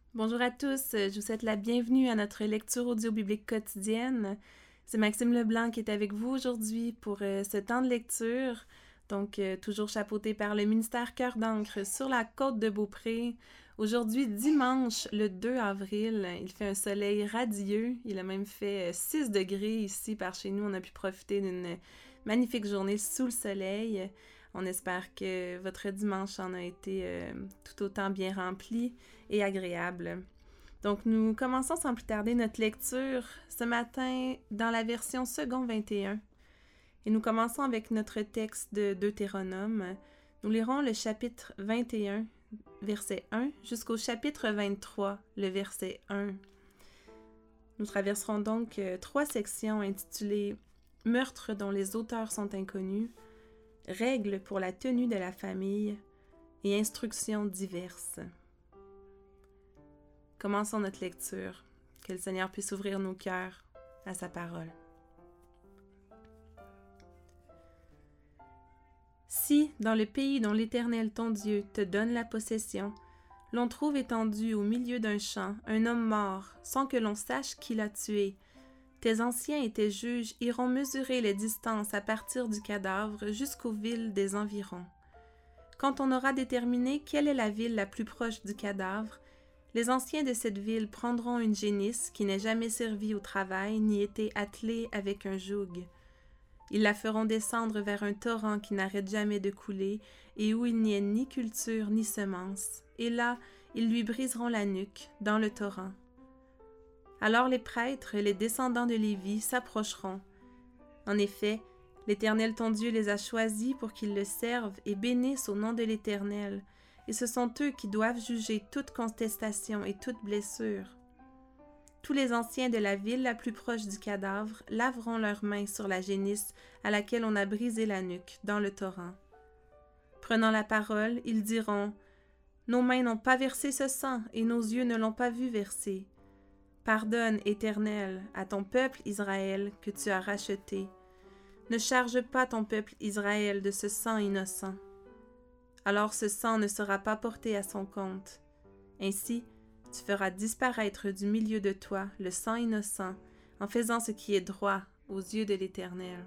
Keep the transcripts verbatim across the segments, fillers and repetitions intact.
Bonjour à tous, je vous souhaite la bienvenue à notre lecture audio-biblique quotidienne. C'est Maxime Leblanc qui est avec vous aujourd'hui pour euh, ce temps de lecture, donc euh, toujours chapeauté par le ministère Cœur d'encre sur la côte de Beaupré. Aujourd'hui, dimanche, le deux avril, il fait un soleil radieux, il a même fait six degrés ici par chez nous, on a pu profiter d'une magnifique journée sous le soleil. On espère que votre dimanche en a été euh, tout autant bien rempli et agréable. Donc, nous commençons sans plus tarder notre lecture ce matin dans la version second vingt et un. Et nous commençons avec notre texte de Deutéronome. Nous lirons le chapitre vingt et un, verset un, jusqu'au chapitre vingt-trois, le verset un. Nous traverserons donc euh, trois sections intitulées « Meurtres dont les auteurs sont inconnus »,« Règles pour la tenue de la famille » et « Instructions diverses ». Commençons notre lecture. Que le Seigneur puisse ouvrir nos cœurs à sa parole. Si, dans le pays dont l'Éternel ton Dieu te donne la possession, l'on trouve étendu au milieu d'un champ un homme mort, sans que l'on sache qui l'a tué, tes anciens et tes juges iront mesurer les distances à partir du cadavre jusqu'aux villes des environs. Quand on aura déterminé quelle est la ville la plus proche du cadavre, les anciens de cette ville prendront une génisse qui n'ait jamais servi au travail ni été attelée avec un joug. Ils la feront descendre vers un torrent qui n'arrête jamais de couler et où il n'y ait ni culture ni semence, et là, ils lui briseront la nuque dans le torrent. Alors les prêtres, les descendants de Lévi, s'approcheront. En effet, l'Éternel ton Dieu les a choisis pour qu'ils le servent et bénissent au nom de l'Éternel, et ce sont eux qui doivent juger toute contestation et toute blessure. Tous les anciens de la ville la plus proche du cadavre laveront leurs mains sur la génisse à laquelle on a brisé la nuque, dans le torrent. Prenant la parole, ils diront « Nos mains n'ont pas versé ce sang, et nos yeux ne l'ont pas vu verser. Pardonne, Éternel, à ton peuple Israël que tu as racheté. Ne charge pas ton peuple Israël de ce sang innocent. » Alors ce sang ne sera pas porté à son compte. Ainsi, tu feras disparaître du milieu de toi le sang innocent, en faisant ce qui est droit aux yeux de l'Éternel.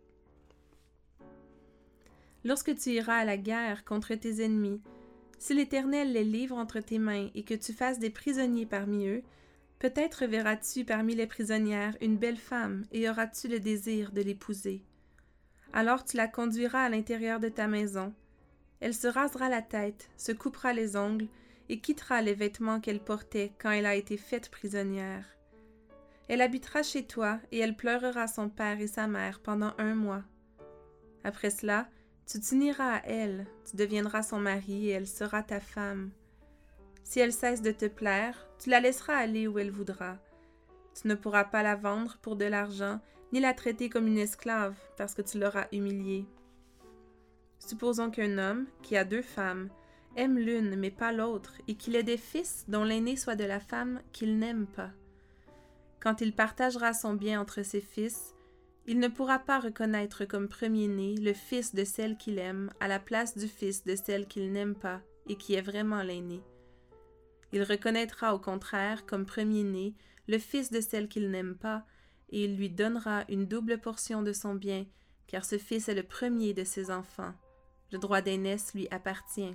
Lorsque tu iras à la guerre contre tes ennemis, si l'Éternel les livre entre tes mains et que tu fasses des prisonniers parmi eux, peut-être verras-tu parmi les prisonnières une belle femme et auras-tu le désir de l'épouser. Alors tu la conduiras à l'intérieur de ta maison. Elle se rasera la tête, se coupera les ongles et quittera les vêtements qu'elle portait quand elle a été faite prisonnière. Elle habitera chez toi et elle pleurera son père et sa mère pendant un mois. Après cela, tu t'uniras à elle, tu deviendras son mari et elle sera ta femme. Si elle cesse de te plaire, tu la laisseras aller où elle voudra. Tu ne pourras pas la vendre pour de l'argent ni la traiter comme une esclave parce que tu l'auras humiliée. Supposons qu'un homme, qui a deux femmes, aime l'une mais pas l'autre, et qu'il ait des fils dont l'aîné soit de la femme qu'il n'aime pas. Quand il partagera son bien entre ses fils, il ne pourra pas reconnaître comme premier-né le fils de celle qu'il aime à la place du fils de celle qu'il n'aime pas et qui est vraiment l'aîné. Il reconnaîtra au contraire comme premier-né le fils de celle qu'il n'aime pas, et il lui donnera une double portion de son bien, car ce fils est le premier de ses enfants. Le droit d'aînesse lui appartient.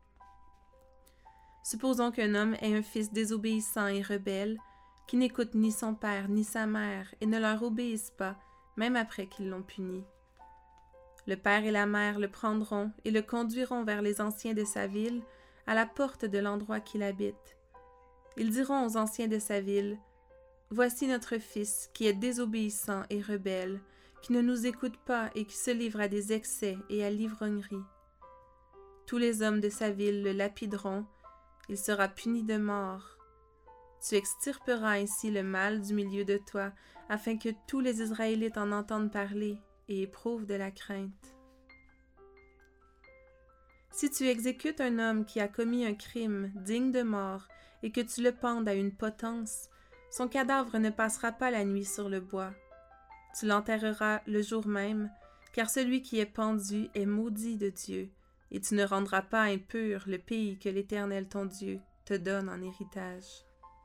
Supposons qu'un homme ait un fils désobéissant et rebelle, qui n'écoute ni son père ni sa mère et ne leur obéisse pas, même après qu'ils l'ont puni. Le père et la mère le prendront et le conduiront vers les anciens de sa ville, à la porte de l'endroit qu'il habite. Ils diront aux anciens de sa ville, « Voici notre fils, qui est désobéissant et rebelle, qui ne nous écoute pas et qui se livre à des excès et à l'ivrognerie. » Tous les hommes de sa ville le lapideront, il sera puni de mort. Tu extirperas ainsi le mal du milieu de toi, afin que tous les Israélites en entendent parler et éprouvent de la crainte. Si tu exécutes un homme qui a commis un crime digne de mort et que tu le pendes à une potence, son cadavre ne passera pas la nuit sur le bois. Tu l'enterreras le jour même, car celui qui est pendu est maudit de Dieu, et tu ne rendras pas impur le pays que l'Éternel ton Dieu te donne en héritage.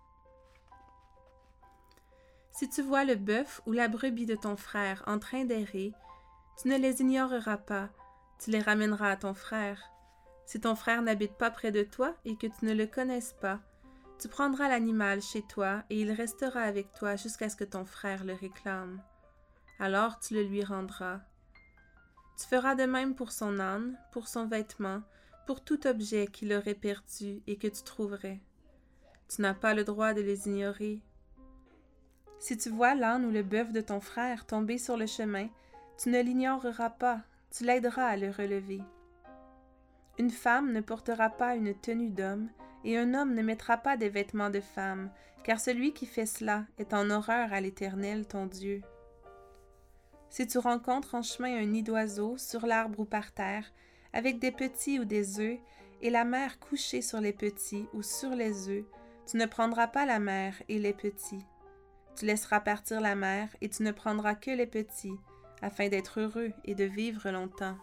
Si tu vois le bœuf ou la brebis de ton frère en train d'errer, tu ne les ignoreras pas, tu les ramèneras à ton frère. Si ton frère n'habite pas près de toi et que tu ne le connaisses pas, tu prendras l'animal chez toi et il restera avec toi jusqu'à ce que ton frère le réclame. Alors tu le lui rendras. Tu feras de même pour son âne, pour son vêtement, pour tout objet qu'il aurait perdu et que tu trouverais. Tu n'as pas le droit de les ignorer. Si tu vois l'âne ou le bœuf de ton frère tomber sur le chemin, tu ne l'ignoreras pas, tu l'aideras à le relever. Une femme ne portera pas une tenue d'homme, et un homme ne mettra pas des vêtements de femme, car celui qui fait cela est en horreur à l'Éternel ton Dieu. Si tu rencontres en chemin un nid d'oiseau sur l'arbre ou par terre, avec des petits ou des œufs, et la mère couchée sur les petits ou sur les œufs, tu ne prendras pas la mère et les petits. Tu laisseras partir la mère et tu ne prendras que les petits, afin d'être heureux et de vivre longtemps.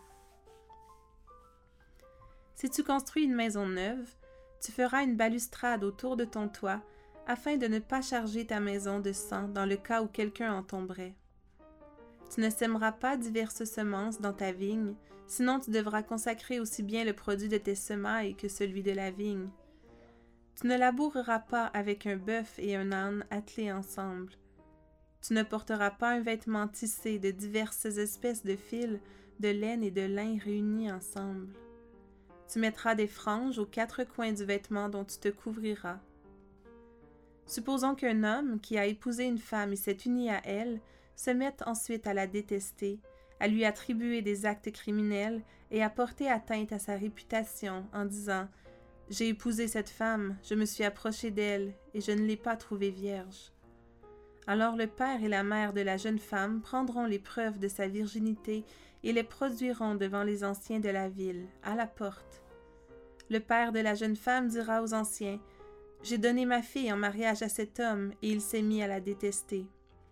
Si tu construis une maison neuve, tu feras une balustrade autour de ton toit, afin de ne pas charger ta maison de sang dans le cas où quelqu'un en tomberait. Tu ne sèmeras pas diverses semences dans ta vigne, sinon tu devras consacrer aussi bien le produit de tes semailles que celui de la vigne. Tu ne laboureras pas avec un bœuf et un âne attelés ensemble. Tu ne porteras pas un vêtement tissé de diverses espèces de fils, de laine et de lin réunis ensemble. Tu mettras des franges aux quatre coins du vêtement dont tu te couvriras. Supposons qu'un homme qui a épousé une femme et s'est uni à elle se mette ensuite à la détester, à lui attribuer des actes criminels et à porter atteinte à sa réputation en disant « J'ai épousé cette femme, je me suis approché d'elle et je ne l'ai pas trouvée vierge. » Alors le père et la mère de la jeune femme prendront les preuves de sa virginité et les produiront devant les anciens de la ville, à la porte. Le père de la jeune femme dira aux anciens « J'ai donné ma fille en mariage à cet homme et il s'est mis à la détester. »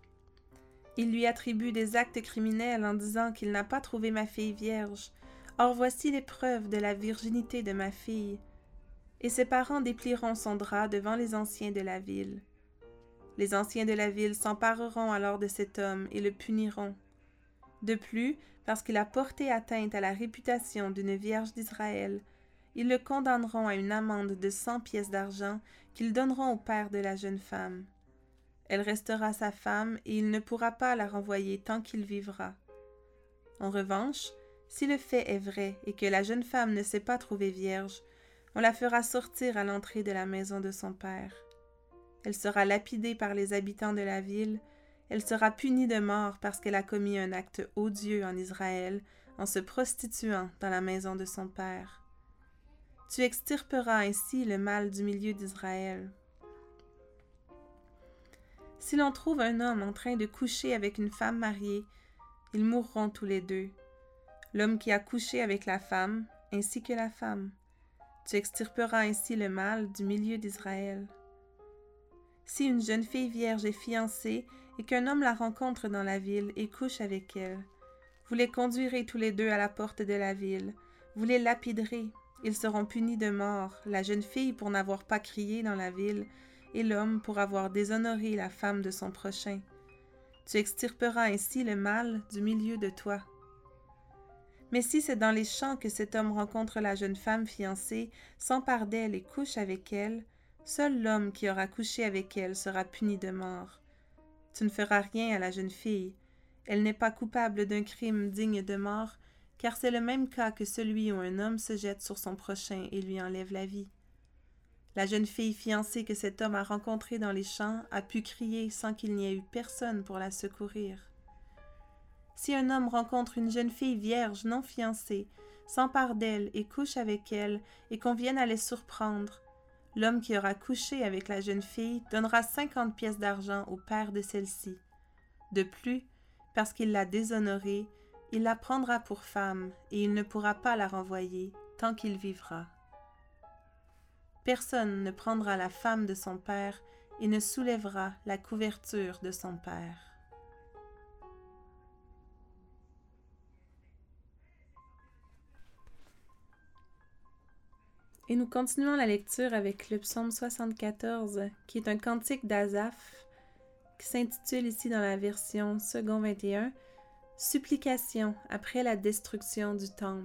Il lui attribue des actes criminels en disant qu'il n'a pas trouvé ma fille vierge. Or voici les preuves de la virginité de ma fille. Et ses parents déplieront son drap devant les anciens de la ville. Les anciens de la ville s'empareront alors de cet homme et le puniront. De plus, parce qu'il a porté atteinte à la réputation d'une vierge d'Israël, ils le condamneront à une amende de cent pièces d'argent qu'ils donneront au père de la jeune femme. Elle restera sa femme et il ne pourra pas la renvoyer tant qu'il vivra. En revanche, si le fait est vrai et que la jeune femme ne s'est pas trouvée vierge, on la fera sortir à l'entrée de la maison de son père. Elle sera lapidée par les habitants de la ville, elle sera punie de mort parce qu'elle a commis un acte odieux en Israël en se prostituant dans la maison de son père. Tu extirperas ainsi le mal du milieu d'Israël. Si l'on trouve un homme en train de coucher avec une femme mariée, ils mourront tous les deux, l'homme qui a couché avec la femme, ainsi que la femme. Tu extirperas ainsi le mal du milieu d'Israël. Si une jeune fille vierge est fiancée et qu'un homme la rencontre dans la ville et couche avec elle, vous les conduirez tous les deux à la porte de la ville, vous les lapiderez, ils seront punis de mort, la jeune fille pour n'avoir pas crié dans la ville, et l'homme pour avoir déshonoré la femme de son prochain. Tu extirperas ainsi le mal du milieu de toi. Mais si c'est dans les champs que cet homme rencontre la jeune femme fiancée, s'empare d'elle et couche avec elle, seul l'homme qui aura couché avec elle sera puni de mort. Tu ne feras rien à la jeune fille. Elle n'est pas coupable d'un crime digne de mort, car c'est le même cas que celui où un homme se jette sur son prochain et lui enlève la vie. La jeune fille fiancée que cet homme a rencontrée dans les champs a pu crier sans qu'il n'y ait eu personne pour la secourir. Si un homme rencontre une jeune fille vierge non fiancée, s'empare d'elle et couche avec elle, et qu'on vienne à les surprendre, l'homme qui aura couché avec la jeune fille donnera cinquante pièces d'argent au père de celle-ci. De plus, parce qu'il l'a déshonorée, il la prendra pour femme, et il ne pourra pas la renvoyer tant qu'il vivra. Personne ne prendra la femme de son père et ne soulèvera la couverture de son père. Et nous continuons la lecture avec le psaume soixante-quatorze, qui est un cantique d'Asaph, qui s'intitule ici dans la version second vingt et un, « Supplication après la destruction du temple ».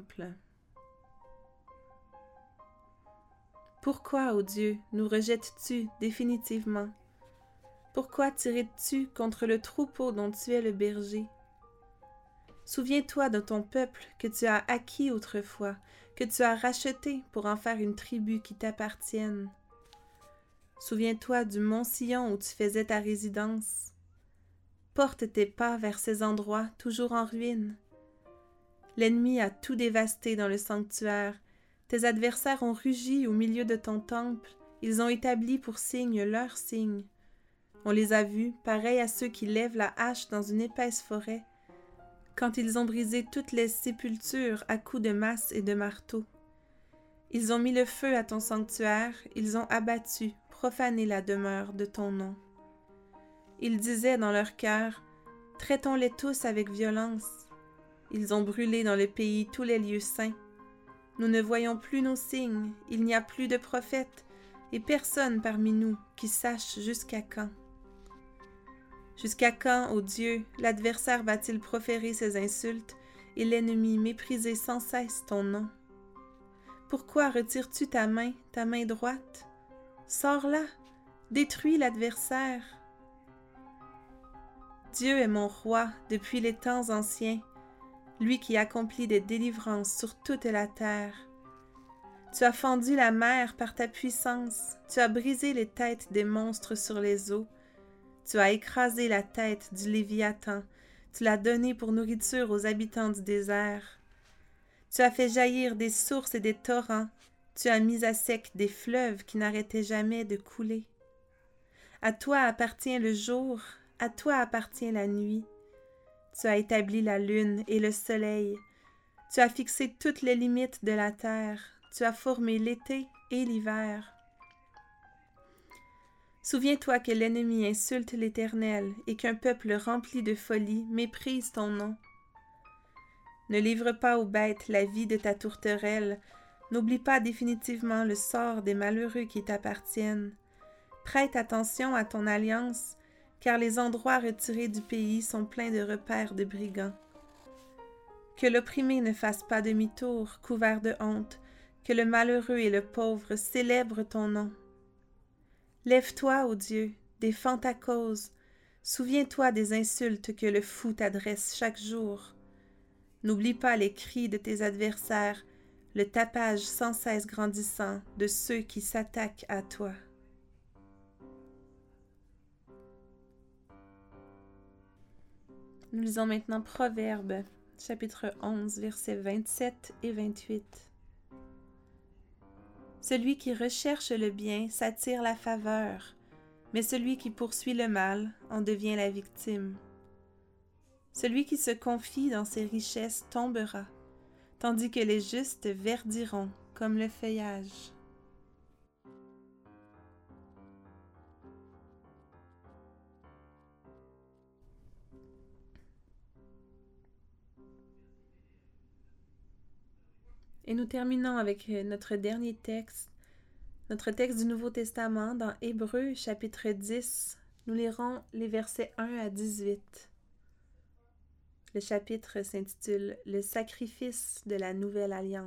Pourquoi, ô Dieu, nous rejettes-tu définitivement? Pourquoi tires-tu contre le troupeau dont tu es le berger? Souviens-toi de ton peuple que tu as acquis autrefois, que tu as racheté pour en faire une tribu qui t'appartienne. Souviens-toi du mont Sion où tu faisais ta résidence. Porte tes pas vers ces endroits toujours en ruine. L'ennemi a tout dévasté dans le sanctuaire. Tes adversaires ont rugi au milieu de ton temple. Ils ont établi pour signe leur signe. On les a vus, pareils à ceux qui lèvent la hache dans une épaisse forêt, quand ils ont brisé toutes les sépultures à coups de masse et de marteau. Ils ont mis le feu à ton sanctuaire, ils ont abattu, profané la demeure de ton nom. Ils disaient dans leur cœur, « Traitons-les tous avec violence. » Ils ont brûlé dans le pays tous les lieux saints. Nous ne voyons plus nos signes, il n'y a plus de prophètes, et personne parmi nous qui sache jusqu'à quand. Jusqu'à quand, ô Dieu, l'adversaire va-t-il proférer ses insultes et l'ennemi mépriser sans cesse ton nom? Pourquoi retires-tu ta main, ta main droite? Sors là, détruis l'adversaire. Dieu est mon roi depuis les temps anciens, lui qui accomplit des délivrances sur toute la terre. Tu as fendu la mer par ta puissance, tu as brisé les têtes des monstres sur les eaux. Tu as écrasé la tête du Léviathan, tu l'as donné pour nourriture aux habitants du désert. Tu as fait jaillir des sources et des torrents, tu as mis à sec des fleuves qui n'arrêtaient jamais de couler. À toi appartient le jour, à toi appartient la nuit. Tu as établi la lune et le soleil, tu as fixé toutes les limites de la terre, tu as formé l'été et l'hiver. Souviens-toi que l'ennemi insulte l'Éternel et qu'un peuple rempli de folie méprise ton nom. Ne livre pas aux bêtes la vie de ta tourterelle, n'oublie pas définitivement le sort des malheureux qui t'appartiennent. Prête attention à ton alliance, car les endroits retirés du pays sont pleins de repères de brigands. Que l'opprimé ne fasse pas demi-tour, couvert de honte, que le malheureux et le pauvre célèbrent ton nom. Lève-toi, ô Dieu, défends ta cause, souviens-toi des insultes que le fou t'adresse chaque jour. N'oublie pas les cris de tes adversaires, le tapage sans cesse grandissant de ceux qui s'attaquent à toi. Nous lisons maintenant Proverbes, chapitre onze, versets vingt-sept et vingt-huit. Celui qui recherche le bien s'attire la faveur, mais celui qui poursuit le mal en devient la victime. Celui qui se confie dans ses richesses tombera, tandis que les justes verdiront comme le feuillage. Et nous terminons avec notre dernier texte, notre texte du Nouveau Testament dans Hébreux chapitre dix. Nous lirons les versets un à dix-huit. Le chapitre s'intitule « Le sacrifice de la nouvelle alliance ».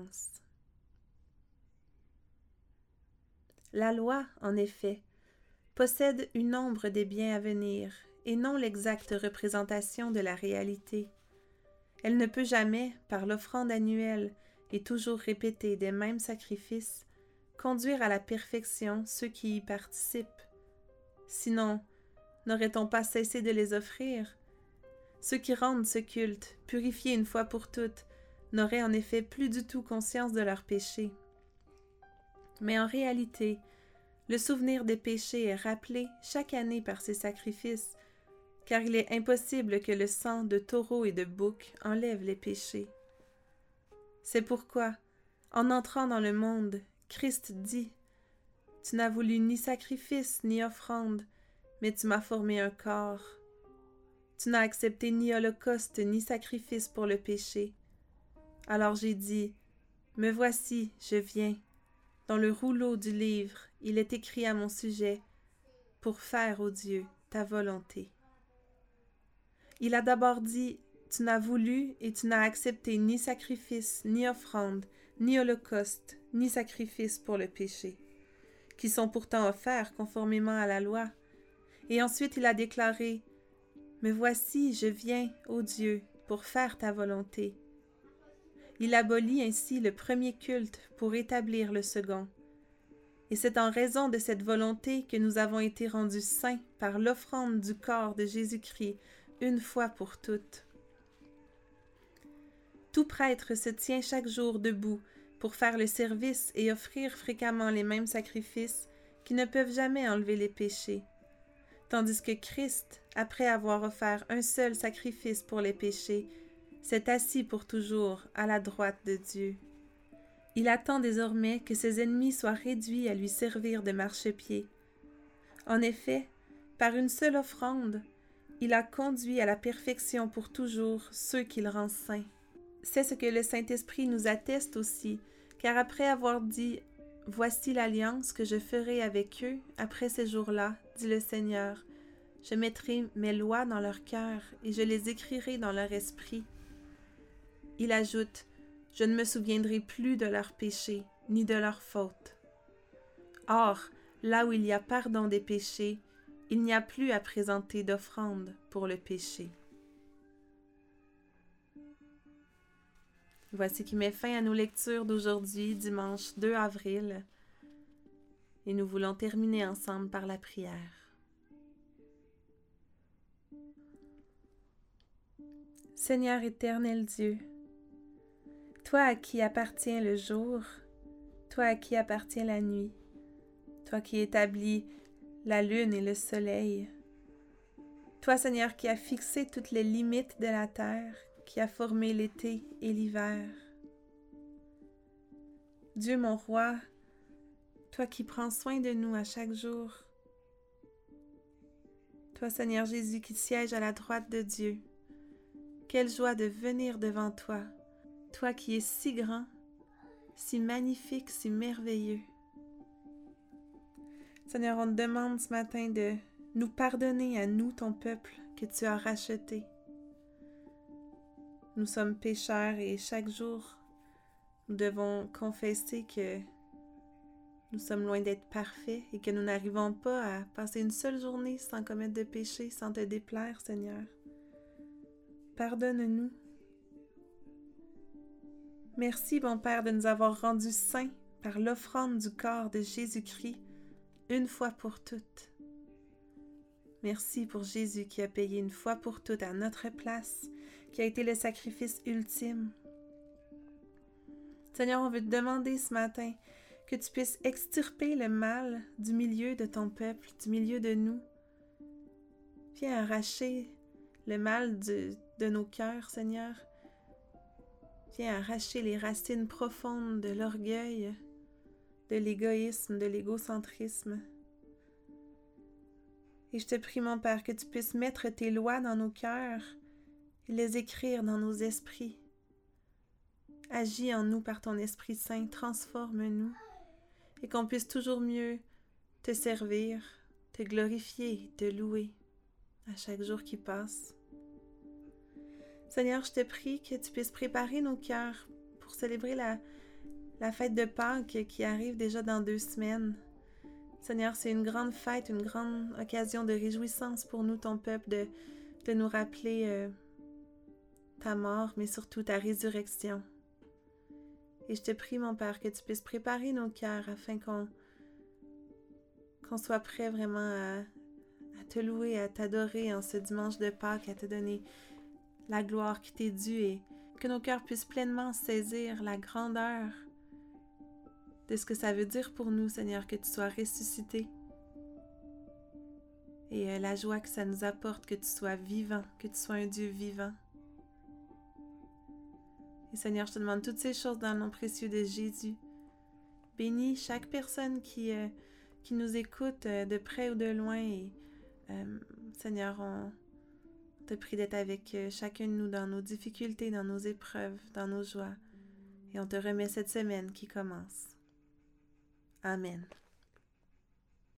La loi, en effet, possède une ombre des biens à venir et non l'exacte représentation de la réalité. Elle ne peut jamais, par l'offrande annuelle et toujours répétée des mêmes sacrifices, conduire à la perfection ceux qui y participent. Sinon, n'aurait-on pas cessé de les offrir? Ceux qui rendent ce culte, purifiés une fois pour toutes, n'auraient en effet plus du tout conscience de leurs péchés. Mais en réalité, le souvenir des péchés est rappelé chaque année par ces sacrifices, car il est impossible que le sang de taureaux et de boucs enlève les péchés. C'est pourquoi, en entrant dans le monde, Christ dit « Tu n'as voulu ni sacrifice ni offrande, mais tu m'as formé un corps. Tu n'as accepté ni holocauste ni sacrifice pour le péché. Alors j'ai dit « Me voici, je viens. dans le rouleau du livre, il est écrit à mon sujet, pour faire, ô Dieu, ta volonté. Il a d'abord dit, tu n'as voulu et tu n'as accepté ni sacrifice, ni offrande, ni holocauste, ni sacrifice pour le péché, qui sont pourtant offerts conformément à la loi. Et ensuite il a déclaré, me voici, je viens, ô Dieu, pour faire ta volonté. Il abolit ainsi le premier culte pour établir le second. Et c'est en raison de cette volonté que nous avons été rendus saints par l'offrande du corps de Jésus-Christ, une fois pour toutes. Tout prêtre se tient chaque jour debout pour faire le service et offrir fréquemment les mêmes sacrifices qui ne peuvent jamais enlever les péchés. Tandis que Christ, après avoir offert un seul sacrifice pour les péchés, s'est assis pour toujours à la droite de Dieu. Il attend désormais que ses ennemis soient réduits à lui servir de marchepied. En effet, par une seule offrande, il a conduit à la perfection pour toujours ceux qu'il rend saints. C'est ce que le Saint-Esprit nous atteste aussi, car après avoir dit « Voici l'alliance que je ferai avec eux après ces jours-là, dit le Seigneur. Je mettrai mes lois dans leur cœur et je les écrirai dans leur esprit. » Il ajoute « Je ne me souviendrai plus de leurs péchés, ni de leurs fautes. » Or, là où il y a pardon des péchés, il n'y a plus à présenter d'offrande pour le péché. Voici qui met fin à nos lectures d'aujourd'hui, dimanche deux avril, et nous voulons terminer ensemble par la prière. Seigneur éternel Dieu, toi à qui appartient le jour, toi à qui appartient la nuit, toi qui établis la lune et le soleil, toi Seigneur qui as fixé toutes les limites de la terre, qui a formé l'été et l'hiver. Dieu mon roi, toi qui prends soin de nous à chaque jour, toi Seigneur Jésus qui siège à la droite de Dieu, quelle joie de venir devant toi, toi qui es si grand, si magnifique, si merveilleux. Seigneur, on te demande ce matin de nous pardonner à nous, ton peuple, que tu as racheté. Nous sommes pécheurs et chaque jour, nous devons confesser que nous sommes loin d'être parfaits et que nous n'arrivons pas à passer une seule journée sans commettre de péché, sans te déplaire, Seigneur. Pardonne-nous. Merci, bon Père, de nous avoir rendus saints par l'offrande du corps de Jésus-Christ, une fois pour toutes. Merci pour Jésus qui a payé une fois pour toutes à notre place, qui a été le sacrifice ultime. Seigneur, on veut te demander ce matin que tu puisses extirper le mal du milieu de ton peuple, du milieu de nous. Viens arracher le mal de, de nos cœurs, Seigneur. Viens arracher les racines profondes de l'orgueil, de l'égoïsme, de l'égocentrisme. Et je te prie, mon Père, que tu puisses mettre tes lois dans nos cœurs et les écrire dans nos esprits. Agis en nous par ton Esprit Saint, transforme-nous et qu'on puisse toujours mieux te servir, te glorifier, te louer à chaque jour qui passe. Seigneur, je te prie que tu puisses préparer nos cœurs pour célébrer la, la fête de Pâques qui arrive déjà dans deux semaines. Seigneur, c'est une grande fête, une grande occasion de réjouissance pour nous, ton peuple, de, de nous rappeler euh, ta mort, mais surtout ta résurrection. Et je te prie, mon Père, que tu puisses préparer nos cœurs afin qu'on qu'on soit prêt vraiment à, à te louer, à t'adorer en ce dimanche de Pâques, à te donner la gloire qui t'est due et que nos cœurs puissent pleinement saisir la grandeur de ce que ça veut dire pour nous, Seigneur, que tu sois ressuscité et euh, la joie que ça nous apporte, que tu sois vivant, que tu sois un Dieu vivant. Et Seigneur, je te demande toutes ces choses dans le nom précieux de Jésus. Bénis chaque personne qui, euh, qui nous écoute euh, de près ou de loin. Et euh, Seigneur, on te prie d'être avec euh, chacun de nous dans nos difficultés, dans nos épreuves, dans nos joies. Et on te remet cette semaine qui commence. Amen.